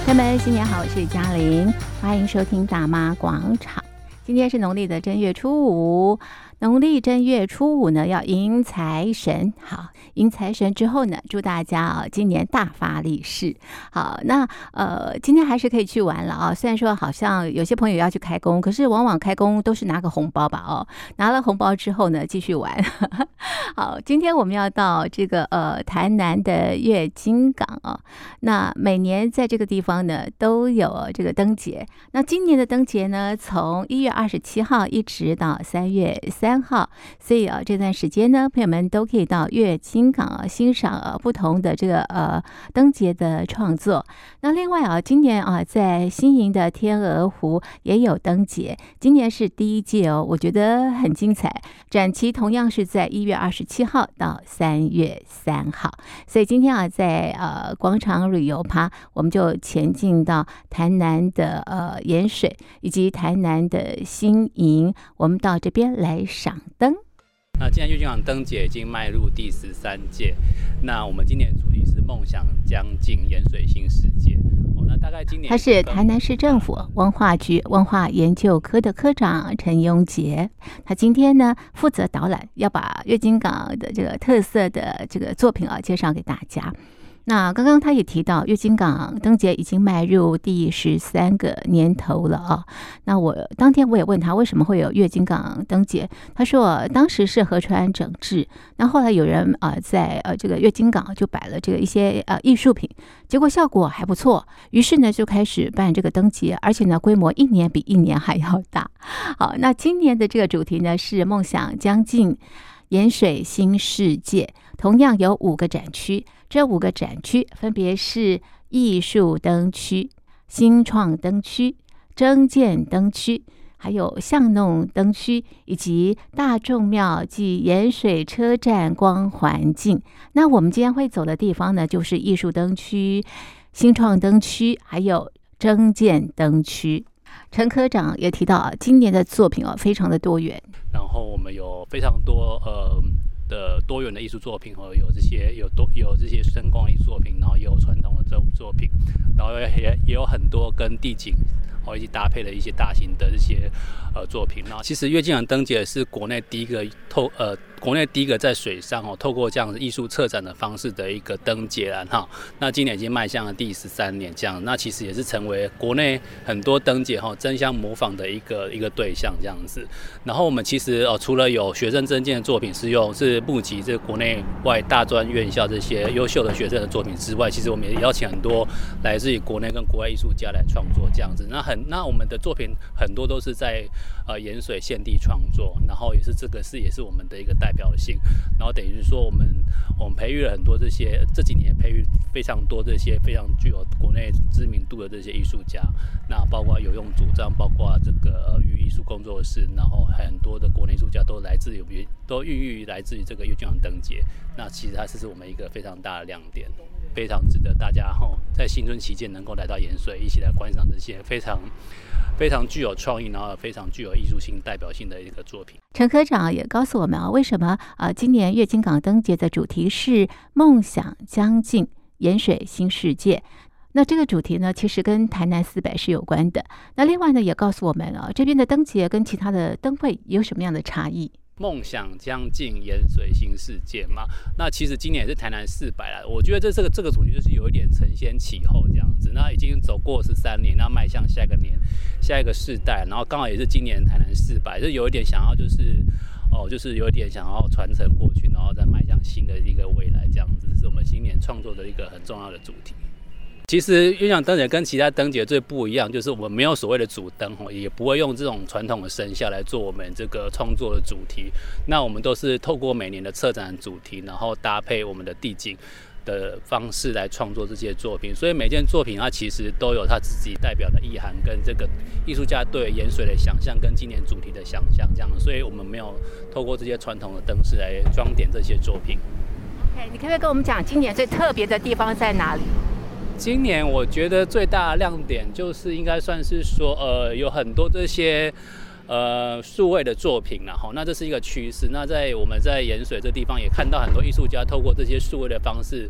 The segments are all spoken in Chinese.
朋友们，新年好，我是嘉玲，欢迎收听大妈广场。今天是农历的正月初五，农历正月初五呢，要迎财神。好，迎财神之后呢，祝大家今年大发利市。好，那今天还是可以去玩了啊。虽然说好像有些朋友要去开工，可是往往开工都是拿个红包吧拿了红包之后呢，继续玩。好，今天我们要到这个台南的月津港那每年在这个地方呢都有这个灯节。那今年的灯节呢，从1月27号一直到3月3号，所以这段时间呢，朋友们都可以到月津港欣赏不同的这个灯节的创作。那另外今年在新营的天鹅湖也有灯节，今年是第1届我觉得很精彩。展期同样是在1月27号到3月3号，所以今天在广场旅游趴，我们就前进到台南的盐水以及台南的新营，我们到这边来赏灯。 那今年月津港灯节已经迈入第13届，那我们今年的主题是梦想将近盐水新世界。那大概今年他是台南市政府文化局文化研究科的科长陈庸杰，他今天呢负责导览，要把月津港的这个特色的这个作品介绍给大家。那刚刚他也提到，月津港灯节已经迈入第13个年头了那当天我也问他为什么会有月津港灯节，他说当时是河川整治，那后来有人在这个月津港就摆了这个一些艺术品，结果效果还不错，于是呢就开始办这个灯节，而且呢规模一年比一年还要大。好，那今年的这个主题呢是梦想将近盐水新世界，同样有5个展区，这5个展区分别是艺术灯区、新创灯区、征建灯区，还有巷弄灯区，以及大众庙及盐水车站光环境。那我们今天会走的地方呢，就是艺术灯区、新创灯区，还有征建灯区。陈科长也提到今年的作品非常的多元， 然后我们有非常多的多元的艺术作品有这些声光艺术作品，然后也有传统的这种作品，然后也有很多跟地景一起搭配的一些大型的这些作品。然后其实月津港灯节是国内第一个在水上透过这样的艺术策展的方式的一个灯节啦那今年已经迈向了第13年这样，那其实也是成为国内很多灯节争相模仿的一个对象这样子。然后我们其实除了有学生征件的作品是募集这国内外大专院校这些优秀的学生的作品之外，其实我们也邀请很多来自于国内跟国外艺术家来创作这样子。那我们的作品很多都是在盐水现地创作，然后也是我们的一个代表性。然后等于是说我们培育了很多这几年培育非常多这些非常具有国内知名度的这些艺术家，那包括有用主张，包括这个艺术工作室，然后很多的国内艺术家都孕育来自于这个月津港灯节。那其实它是我们一个非常大的亮点，非常值得大家在新春期间能够来到盐水，一起来观赏这些非常具有创意，然后非常具有艺术性代表性的一个作品。 陈科长也告诉我们为什么今年月津港灯节的主题是梦想将近盐水新世界。那这个主题呢，其实跟台南400是有关的。那另外呢，也告诉我们这边的灯节跟其他的灯会有什么样的差异。 梦想将近盐水新世界嘛，那其实今年也是台南400啦。我觉得这个主题就是有一点承先启后这样子。那已经走过13年，那迈向下一个世代，然后刚好也是今年台南400，就有一点想要就是有一点想要传承过去，然后再迈向新的一个未来这样子，是我们今年创作的一个很重要的主题。其实月津港灯节跟其他灯节最不一样，就是我们没有所谓的主灯，也不会用这种传统的声效来做我们这个创作的主题。那我们都是透过每年的策展主题，然后搭配我们的地景的方式来创作这些作品。所以每件作品它其实都有它自己代表的意涵，跟这个艺术家对盐水的想象，跟今年主题的想象这样。所以我们没有透过这些传统的灯饰来装点这些作品。 OK， 你可不可以跟我们讲今年最特别的地方在哪里？ 今年我觉得最大的亮点就是应该算是说，有很多这些数位的作品啦，那这是一个趋势。那我们在盐水这地方也看到很多艺术家透过这些数位的方式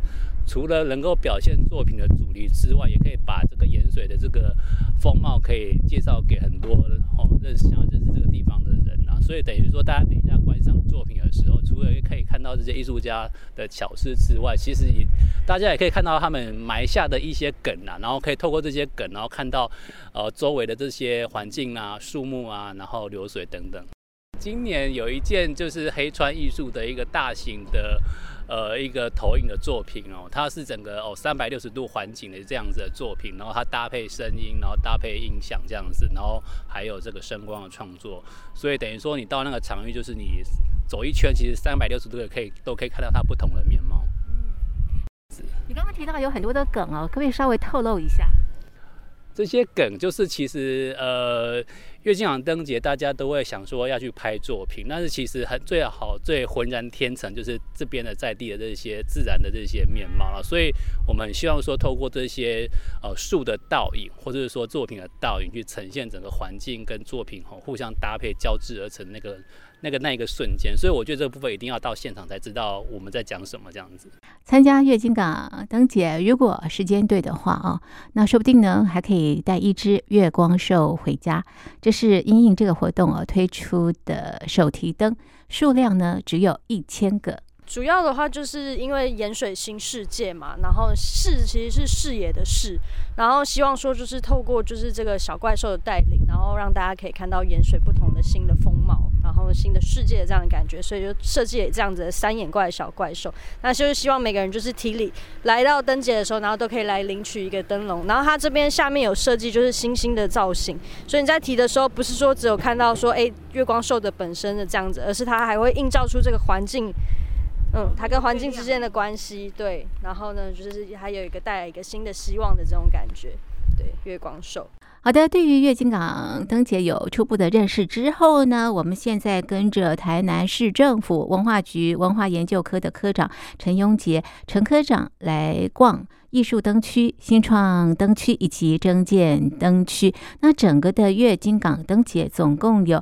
除了能够表现作品的主题之外，也可以把这个盐水的这个风貌可以介绍给很多想要认识这个地方的人啊。所以等于说，大家等一下观赏作品的时候，除了可以看到这些艺术家的巧思之外，其实大家也可以看到他们埋下的一些梗啊，然后可以透过这些梗，然后看到周围的这些环境啊、树木啊，然后流水等等。今年有一件就是黑川艺术的一个大型的一个投影的作品它是整个360度环景的这样子的作品，然后它搭配声音，然后搭配音响这样子，然后还有这个声光的创作，所以等于说你到那个场域，就是你走一圈，其实360度都可以看到它不同的面貌。 你刚刚提到有很多的梗可不可以稍微透露一下？ 这些梗就是其实月津港灯节大家都会想说要去拍作品，但是其实最浑然天成就是这边的在地的这些自然的这些面貌了，所以我们很希望说透过这些树的倒影，或者是说作品的倒影，去呈现整个环境跟作品互相搭配交织而成那一个瞬间，所以我觉得这个部分一定要到现场才知道我们在讲什么这样子。 参加月津港灯节，如果时间对的话那说不定呢还可以带一只月光兽回家。这是因应这个活动推出的手提灯，数量呢只有1000个。 主要的话就是因为盐水新世界嘛，然后视其实是视野的视，然后希望说就是透过就是这个小怪兽的带领，然后让大家可以看到盐水不同的新的风貌，然后新的世界的这样的感觉，所以就设计了这样子的3眼怪的小怪兽。那就是希望每个人就是来到灯节的时候，然后都可以来领取一个灯笼。然后它这边下面有设计就是星星的造型，所以你在提的时候不是说只有看到说月光兽的本身的这样子，而是它还会映照出这个环境。它跟环境之间的关系，对，然后呢，就是还有带来一个新的希望的这种感觉，对，月光兽。 好的，对于月津港灯节有初步的认识之后呢，我们现在跟着台南市政府文化局文化研究科的科长陈庸杰陈科长来逛艺术灯区、新创灯区以及征建灯区。那整个的月津港灯节总共有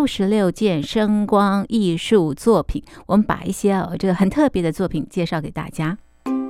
66件声光艺术作品，我们把一些这个很特别的作品介绍给大家。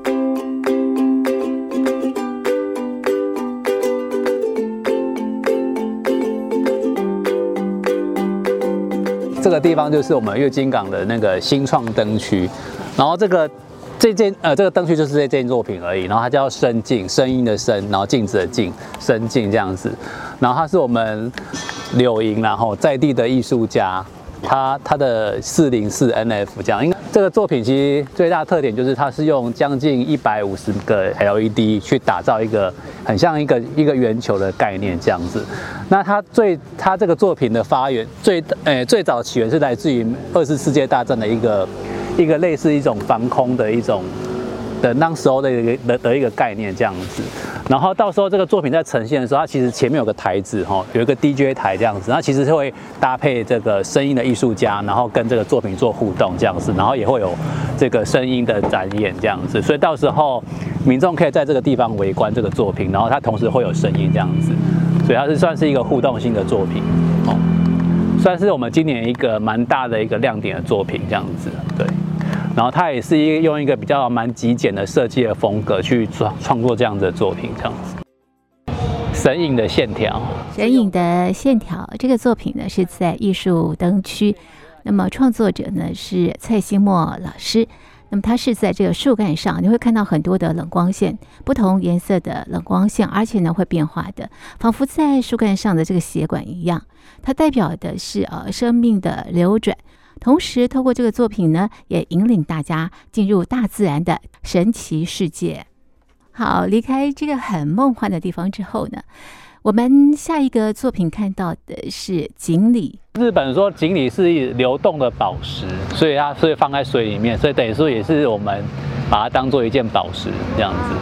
这个地方就是我们月津港的那个新创灯区，然后这个灯区就是这件作品而已，然后它叫声镜，声音的声，然后镜子的镜，声镜这样子。然后它是我们柳营然后在地的艺术家，他的404 NF 这样。这个作品其实最大的特点就是它是用将近150个 LED 去打造一个很像一个圆球的概念这样子。那它这个作品的发源最早起源是来自于2次世界大战的一个类似一种防空的一种的那时候的一个概念这样子。然后到时候这个作品在呈现的时候，它其实前面有个台子有一个 DJ 台这样子，它其实是会搭配这个声音的艺术家，然后跟这个作品做互动这样子，然后也会有这个声音的展演这样子，所以到时候民众可以在这个地方围观这个作品，然后它同时会有声音这样子，所以它是算是一个互动性的作品算是我们今年一个蛮大的一个亮点的作品这样子，对。然后它也是用一个比较蛮极简的设计的风格去创作这样的作品，这样子。神隐的线条， 神隐的线条，这个作品呢是在艺术灯区，那么创作者呢是蔡新墨老师。那么它是在这个树干上，你会看到很多的冷光线，不同颜色的冷光线，而且呢会变化的，仿佛在树干上的这个血管一样。它代表的是生命的流转。同时透过这个作品呢，也引领大家进入大自然的神奇世界。好，离开这个很梦幻的地方之后呢，我们下一个作品看到的是锦鲤。 日本说锦鲤是流动的宝石，所以放在水里面，所以等于说也是我们把它当做一件宝石这样子。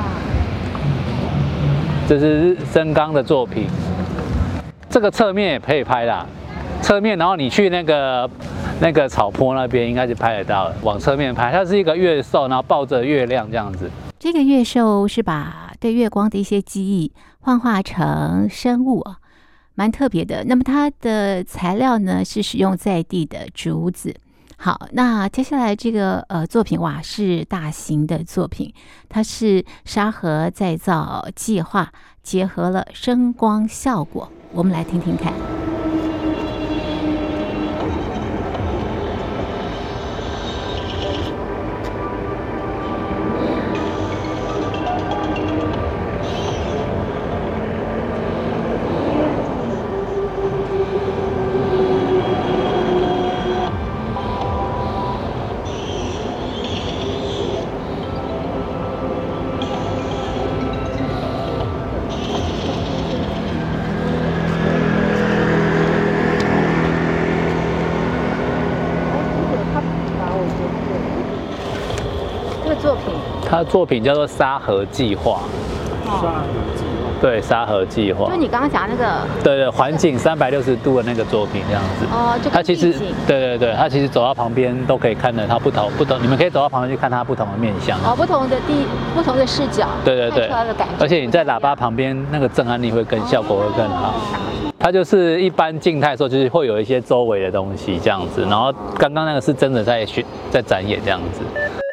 这是森冈的作品，这个侧面也可以拍啦，侧面然后你去那个草坡那边应该是拍得到的，往侧面拍，它是一个月兽，然后抱着月亮这样子。 这个月兽是把对月光的一些记忆幻化成生物蛮特别的。那么它的材料呢是使用在地的竹子， 好，那接下来这个作品哇是大型的作品，它是沙盒再造计划，结合了声光效果，我们来听听看。 他的作品叫做沙盒计划。 沙盒计划。对，沙盒计划。 就你刚刚讲那个。 对，环境360度的那个作品这样子。 哦，就它其实对，它其实走到旁边都可以看得它不同，你们可以走到旁边去看它不同的面向。 哦，不同的视角。对，看出来的感觉。 而且你在喇叭旁边，那个震撼力会效果会更好。它就是一般静态的时候，就是会有一些周围的东西这样子，然后刚刚那个是真的在展演这样子。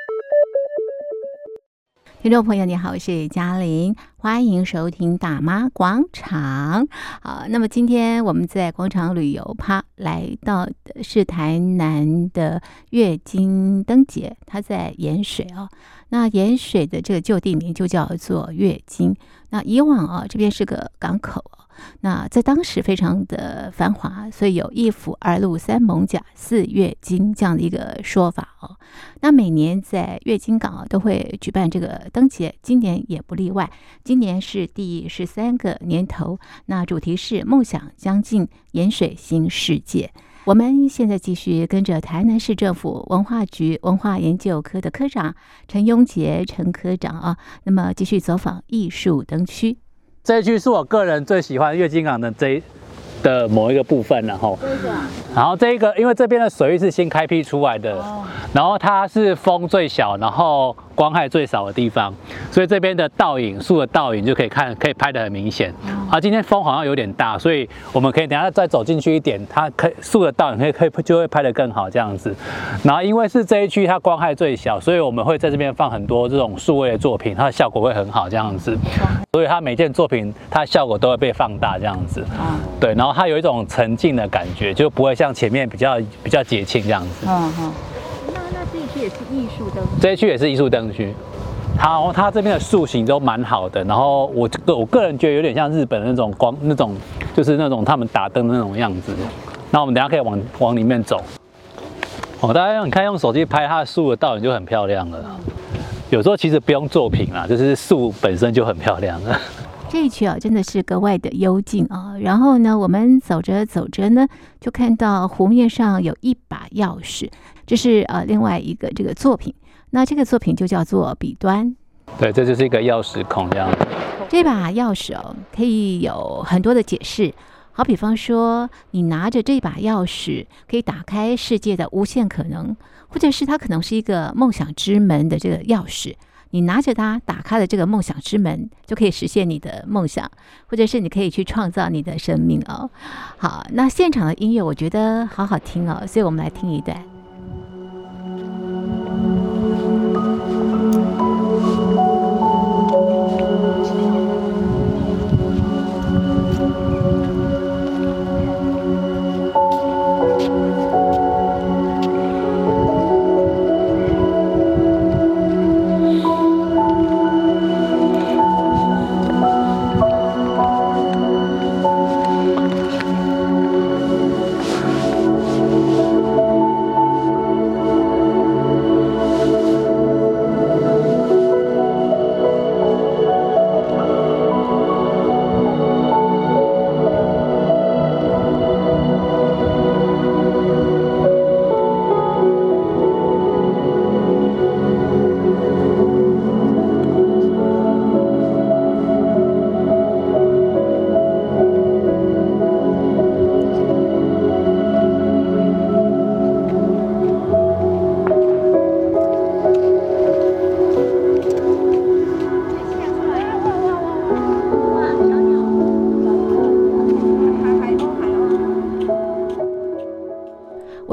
听众朋友你好，我是嘉玲，欢迎收听大妈广场。好，那么今天我们在广场旅游趴来到的是台南的月经灯节，它在盐水哦。那盐水的这个旧地名就叫做月经。那以往这边是个港口那在当时非常的繁华，所以有一府二路三艋舺四月经这样的一个说法那每年在月经港都会举办这个灯节，今年也不例外。今年是第13个年头，那主题是梦想将近盐水新世界。我们现在继续跟着台南市政府文化局文化研究科的科长陈庸杰陈科长那么继续走访艺术灯区。 这一区是我个人最喜欢月经港的某一个部分，然后这一个因为这边的水域是新开辟出来的，然后它是风最小，然后光害最少的地方，所以这边的倒影树的倒影就可以拍得很明显。今天风好像有点大，所以我们可以等一下再走进去一点，它树的倒影就会拍得更好这样子。然后因为是这一区它光害最小，所以我们会在这边放很多这种数位的作品，它的效果会很好这样子。所以它每件作品它的效果都会被放大这样子。对，然后它有一种沉浸的感觉，就不会像前面比较节庆这样子。 那这一区也是艺术灯区？ 这一区也是艺术灯区。它这边的树形都蛮好的，然后我个人觉得有点像日本的那种就是那种他们打灯的那种样子。那我们等一下可以往里面走。大家你看用手机拍它的树的倒影就很漂亮了。有时候其实不用作品啦，就是树本身就很漂亮了。 这一区真的是格外的幽静然后呢，我们走着走着呢，就看到湖面上有一把钥匙，这是另外一个这个作品。那这个作品就叫做笔端。 对，这就是一个钥匙孔这样。 这把钥匙可以有很多的解释。好比方说，你拿着这把钥匙，可以打开世界的无限可能，或者是它可能是一个梦想之门的这个钥匙。你拿着它打开了这个梦想之门，就可以实现你的梦想，或者是你可以去创造你的生命好，那现场的音乐我觉得好好听所以我们来听一段。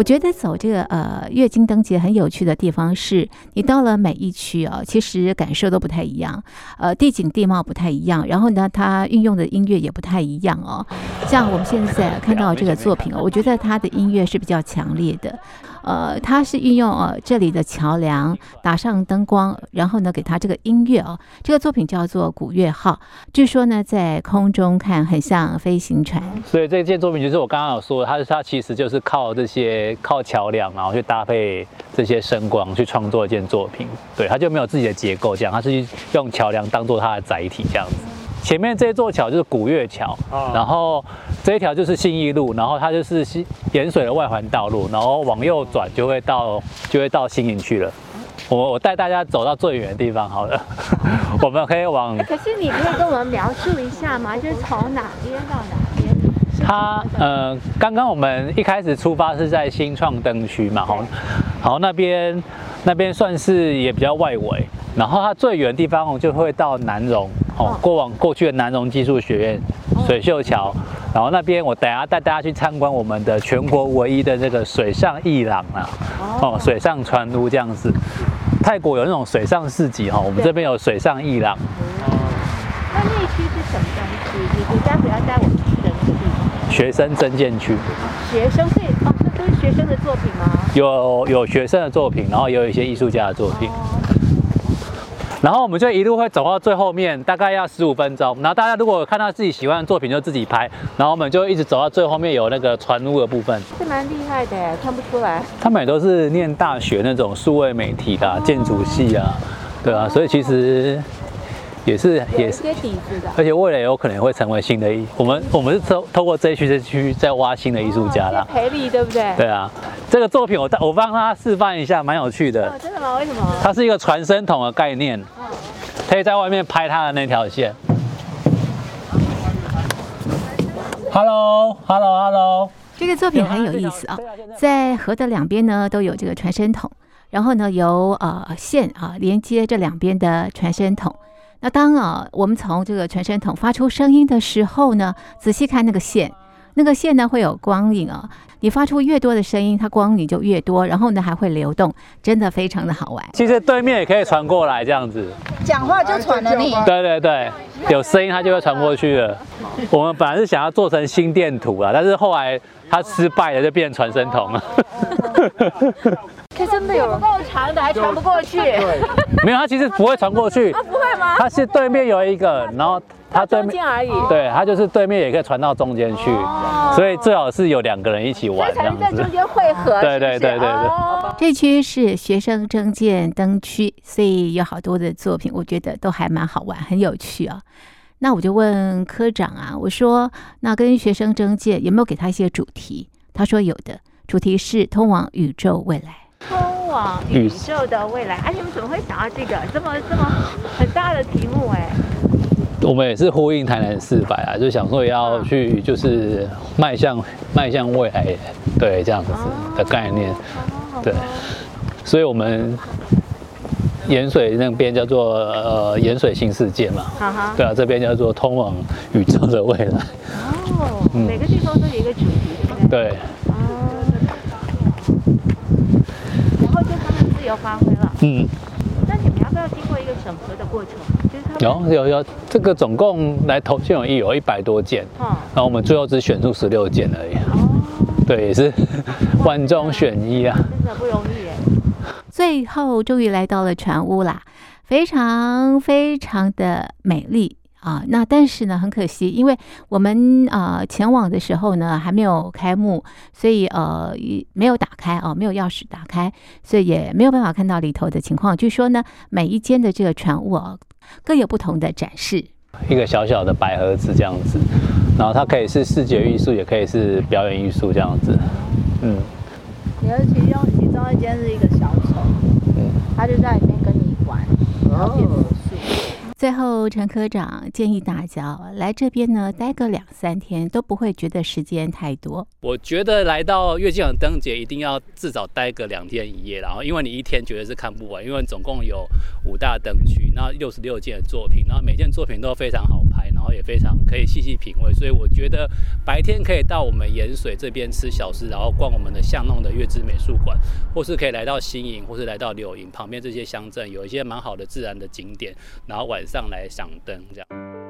觉得走这个月经灯节很有趣的地方是，你到了每一区其实感受都不太一样，地景地貌不太一样，然后呢，它运用的音乐也不太一样哦。像我们现在看到这个作品我觉得它的音乐是比较强烈的。它是运用这里的桥梁打上灯光，然后呢给它这个音乐这个作品叫做古月号，据说呢在空中看很像飞行船。 所以这件作品就是我刚刚有说，它其实就是靠桥梁，然后去搭配这些声光去创作一件作品。对，它就没有自己的结构，这样它是用桥梁当做它的载体这样子。前面这座桥就是古月桥，然后这一条就是信义路，然后它就是盐水的外环道路，然后往右转就会到新营去了。我带大家走到最远的地方好了，我们可以往。 可是你可以跟我们描述一下吗？就是从哪边到哪边？ 它刚刚我们一开始出发是在新创灯区嘛，好那边算是也比较外围，然后它最远的地方就会到南荣过去的南荣技术学院水秀桥，然后那边我等下带大家去参观我们的全国唯一的这个水上艺廊水上船屋这样子。泰国有那种水上市集我们这边有水上艺廊。 那一区是什么东西？你待会要带我们去的那个地方？ 学生增建区。 学生所以这都是学生的作品吗？ 有学生的作品，然后也有一些艺术家的作品。然后我们就一路会走到最后面，大概要15分钟。然后大家如果看到自己喜欢的作品，就自己拍。然后我们就一直走到最后面有那个船屋的部分。 是蛮厉害的耶，看不出来。 他们也都是念大学那种数位媒体的建筑系啊，对啊，所以其实也是一些底子的。 而且未来有可能会成为新的我们是透过这一区在挖新的艺术家啦。 培力对不对？ 对啊，这个作品我帮他示范一下，蛮有趣的。 真的吗？为什么？ 它是一个传声筒的概念，可以在外面拍它的那条线。Hello。 这个作品很有意思在河的两边呢都有这个传声筒，然后呢由线连接这两边的传声筒。那当我们从这个传声筒发出声音的时候呢，仔细看那个线呢会有光影你发出越多的声音，它光影就越多，然后呢还会流动，真的非常的好玩。 其实对面也可以传过来这样子， 讲话就传了你。 对，有声音它就会传过去了。我们本来是想要做成心电图但是后来它失败了，就变成传声筒了。 它真的有不够长的，还传不过去。 没有，它其实不会传过去。 不会吗？ 它是对面有一个，然后它对面中间而已。 对，它就是对面也可以传到中间去，所以最好是有2个人一起玩这样子。 在中间汇合。 对。 这区是学生征件灯区，所以有好多的作品，我觉得都还蛮好玩，很有趣那我就问科长我说那跟学生征件有没有给他一些主题？他说有的，主题是通往宇宙未来。通往宇宙的未来你们怎么会想到这个这么很大的题目我们也是呼应台南400就想说要去就是迈向未来，对这样子的概念，对，所以我们盐水那边叫做盐水新世界嘛，对这边叫做通往宇宙的未来。 每个地方都有一个主题，对不对？ 对。 然后就他们自由发挥了。那你们要不要经过一个审核的过程？ 有，这个总共来投件有100多件，然后我们最后只选出16件而已。对，也是万中选一真的不容易耶。最后终于来到了船屋啦，非常非常的美丽那但是呢很可惜，因为我们前往的时候呢还没有开幕，所以没有打开没有钥匙打开，所以也没有办法看到里头的情况。据说呢每一间的这个船屋各有不同的展示， 一个小小的白盒子这样子，然后它可以是视觉艺术，也可以是表演艺术这样子。 其中一间是一个小丑，他就在里面跟你玩，然后变魔术。 最后陈科长建议大家来这边呢待个2-3天都不会觉得时间太多。 我觉得来到月经港灯节一定要至少待个2天1夜，然后因为你一天绝对是看不完，因为总共有5大灯区，然后66件的作品，然后每件作品都非常好拍，然然后也非常可以细细品味。所以我觉得白天可以到我们盐水这边吃小吃，然后逛我们的巷弄的月之美术馆，或是可以来到新营，或是来到柳营旁边这些乡镇，有一些蛮好的自然的景点，然后晚上来赏灯这样。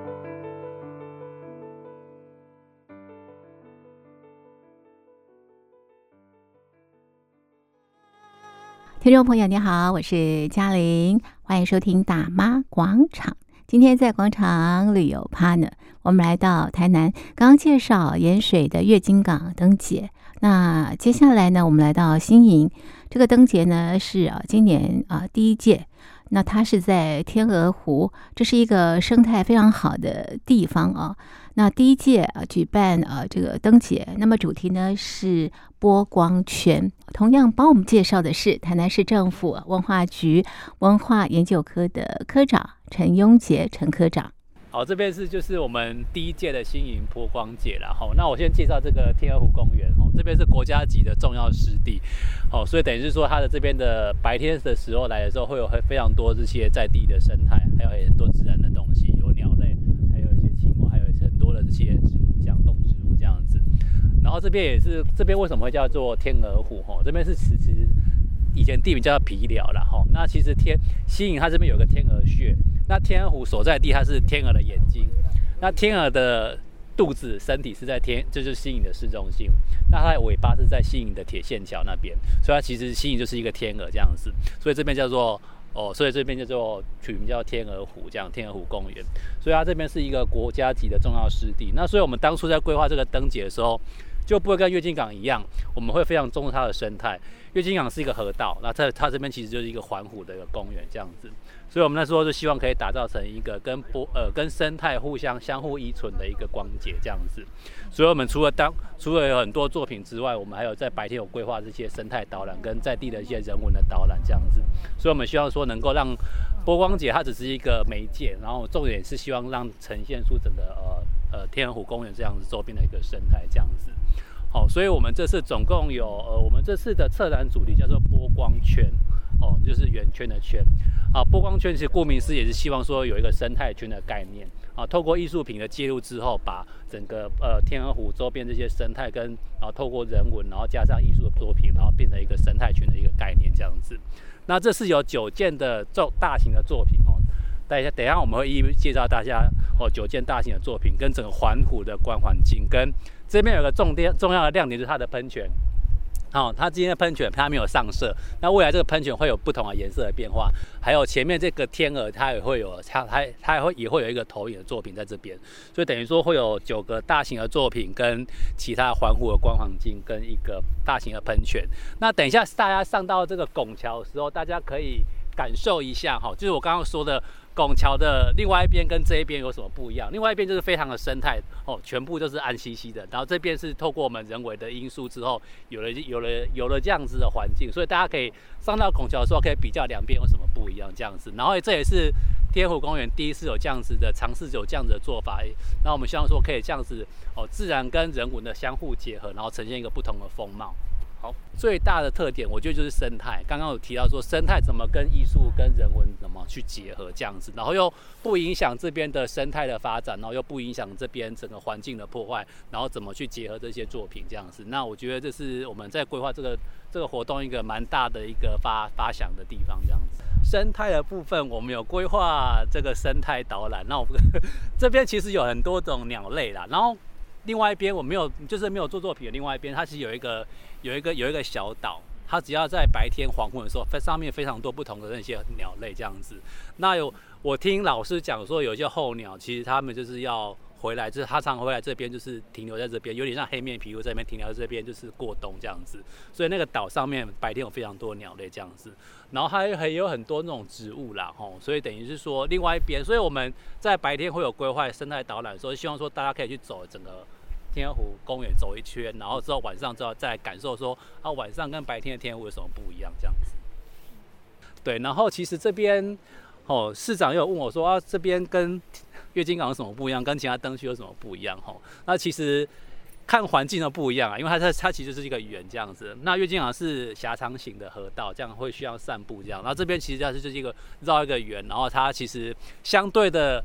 听众朋友你好，我是嘉玲，欢迎收听大妈广场。今天在广场旅游趴呢，我们来到台南，刚刚介绍盐水的月津港灯节。那接下来呢，我们来到新营，这个灯节呢是今年第一届。那它是在天鹅湖，这是一个生态非常好的地方啊。那第一届举办这个灯节，那么主题呢是波光圈。同样帮我们介绍的是台南市政府文化局文化研究科的科长陈雍杰陈科长。 好，这边就是我们第一届的新营波光节啦。那我先介绍这个天鹅湖公园，这边是国家级的重要湿地，所以等于是说它的这边的白天的时候来的时候，会有非常多这些在地的生态，还有很多自然的东西，有鸟类，还有一些青蛙，还有很多的这些植物，这样动植物这样子。然后这边也是，这边为什么会叫做天鹅湖？这边是其实以前地名叫做皮寮啦。那其实新营它这边有个天鹅穴。那天鹅湖所在地，它是天鹅的眼睛。那天鹅的肚子、身体是在这就是新营的市中心。那它的尾巴是在新营的铁线桥那边，所以它其实新营就是一个天鹅这样子。所以这边叫做所以这边叫做取名叫天鹅湖，这样天鹅湖公园。所以它这边是一个国家级的重要湿地。那所以我们当初在规划这个灯节的时候，就不会跟月津港一样，我们会非常重视它的生态。月津港是一个河道，那它这边其实就是一个环湖的一个公园这样子。所以我们那时候就希望可以打造成一个跟生态相互依存的一个光节这样子。所以我们除了有很多作品之外，我们还有在白天有规划这些生态导览跟在地的一些人文的导览这样子。所以我们希望说能够让波光节它只是一个媒介，然后重点是希望让呈现出整个天鹅湖公园这样子周边的一个生态这样子。所以我们这次总共有我们这次的策展主题叫做波光圈，就是圆圈的圈。波光圈其实顾名思义也是希望说有一个生态圈的概念透过艺术品的介入之后，把整个天鹅湖周边这些生态跟透过人文，然后加上艺术的作品，然后变成一个生态圈的一个概念这样子。那这是有9件的大型的作品等一下我们会一一介绍大家9件大型的作品跟整个环湖的观环境，跟这边有个重要的亮点就是它的喷泉。它今天的喷泉它没有上色，那未来这个喷泉会有不同的颜色的变化，还有前面这个天鹅它也会有一个投影的作品在这边，所以等于说会有9个大型的作品跟其他环湖的观环境跟一个大型的喷泉。那等一下大家上到这个拱桥的时候，大家可以感受一下就是我刚刚说的拱桥的另外一边跟这一边有什么不一样？另外一边就是非常的生态全部都是暗兮兮的，然后这边是透过我们人为的因素之后有了这样子的环境，所以大家可以上到拱桥的时候可以比较两边有什么不一样这样子。然后这也是天鹅湖公园第一次有这样子的尝试，有这样子的做法。那我们希望说可以这样子自然跟人文的相互结合，然后呈现一个不同的风貌。好，最大的特点我觉得就是生态。刚刚有提到说生态怎么跟艺术跟人文怎么去结合这样子，然后又不影响这边的生态的发展，然后又不影响这边整个环境的破坏，然后怎么去结合这些作品这样子。那我觉得这是我们在规划这个活动一个蛮大的一个发想的地方这样子。生态的部分我们有规划这个生态导览，那我们这边其实有很多种鸟类啦，然后另外一边我没有做作品的另外一边，它其实有一个小岛，它只要在白天黄昏的时候，上面非常多不同的那些鸟类这样子。那我听老师讲说，有一些候鸟其实他们就是要回来，就是它常回来这边就是停留在这边，有点像黑面琵鹭在这边停留在这边就是过冬这样子。所以那个岛上面白天有非常多鸟类这样子，然后还有很多那种植物啦所以等于是说另外一边，所以我们在白天会有规划生态导览的时候，希望说大家可以去走整个天鹅湖公园走一圈，然后之后晚上之后再感受说晚上跟白天的天鹅湖有什么不一样这样子。对，然后其实这边市长又有问我说这边跟月津港有什么不一样，跟其他灯区有什么不一样那其实看环境都不一样因为它其实就是一个圆这样子。那月津港是狭长型的河道，这样会需要散步这样，然后这边其实就是一个绕一个圆，然后它其实相对的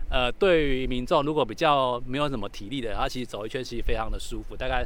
对于民众如果比较没有什么体力的，他其实走一圈其实非常的舒服，大概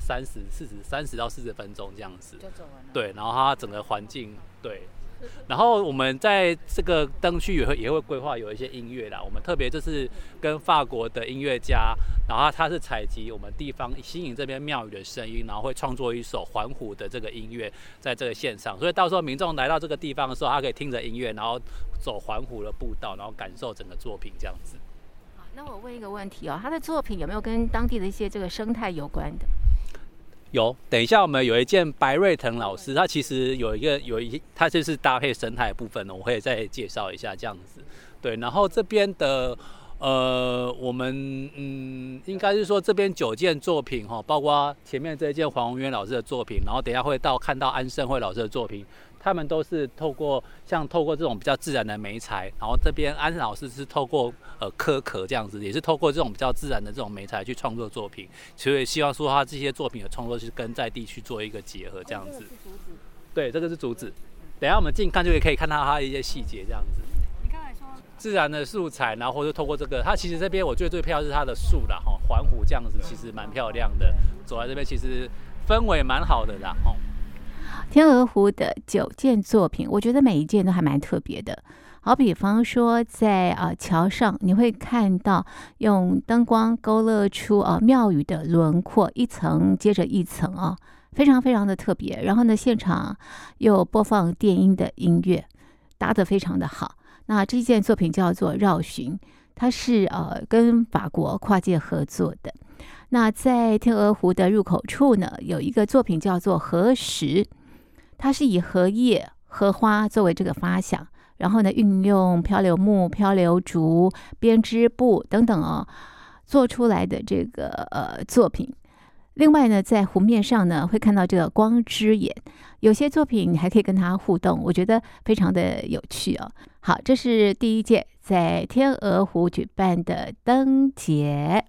30到40分钟这样子就走完了。对，然后它整个环境对。然后我们在这个灯区也会规划有一些音乐啦，我们特别就是跟法国的音乐家，然后他是采集我们地方新营这边庙宇的声音，然后会创作一首环湖的这个音乐在这个线上，所以到时候民众来到这个地方的时候，他可以听着音乐，然后走环湖的步道，然后感受整个作品这样子。 好，那我问一个问题哦，他的作品有没有跟当地的一些这个生态有关的？ 有，等一下我们有一件白瑞腾老师，他其实他就是搭配生态的部分呢，我会再介绍一下这样子。对，然后这边的我们应该是说这边9件作品哈，包括前面这一件黄宏渊老师的作品，然后等一下会看到安胜惠老师的作品。他们都是透过这种比较自然的媒材，然后这边安老师是透过壳这样子，也是透过这种比较自然的这种媒材去创作作品，所以希望说他这些作品的创作是跟在地去做一个结合这样子。对，这个是竹子。等一下我们近看就可以看到它的一些细节这样子。 你刚才说自然的素材，然后或者透过这个，它其实这边我觉得最漂亮是它的树啦，哈，环湖这样子其实蛮漂亮的，走在这边其实氛围蛮好的啦，哈。 天鹅湖的9件作品，我觉得每一件都还蛮特别的。好比方说在桥上，你会看到用灯光勾勒出庙宇的轮廓，一层接着一层非常非常的特别。然后呢，现场又播放电音的音乐，搭得非常的好。那这件作品叫做绕巡，它是跟法国跨界合作的。那在天鹅湖的入口处呢，有一个作品叫做荷石，它是以荷叶、荷花作为这个发想，然后呢，运用漂流木、漂流竹、编织布等等做出来的这个作品。另外呢，在湖面上呢，会看到这个光之眼，有些作品你还可以跟它互动，我觉得非常的有趣哦。好，这是第1届在天鹅湖举办的灯节。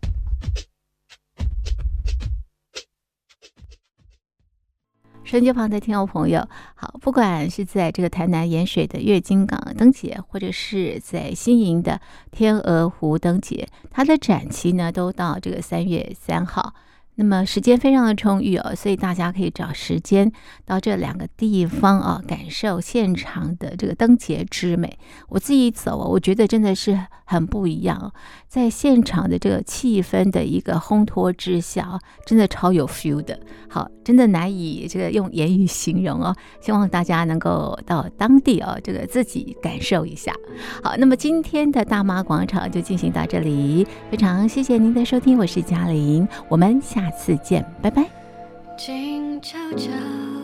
收音机旁的听众朋友，好，不管是在这个台南盐水的月津港灯节，或者是在新营的天鹅湖灯节，它的展期呢都到这个3月3号。那么时间非常的充裕所以大家可以找时间到这2个地方感受现场的这个灯节之美。我自己走我觉得真的是很不一样在现场的这个气氛的一个烘托之下真的超有 feel 的。好，真的难以这个用言语形容希望大家能够到当地这个自己感受一下。好，那么今天的大妈广场就进行到这里，非常谢谢您的收听，我是嘉玲，我们下次见，拜拜。静悄悄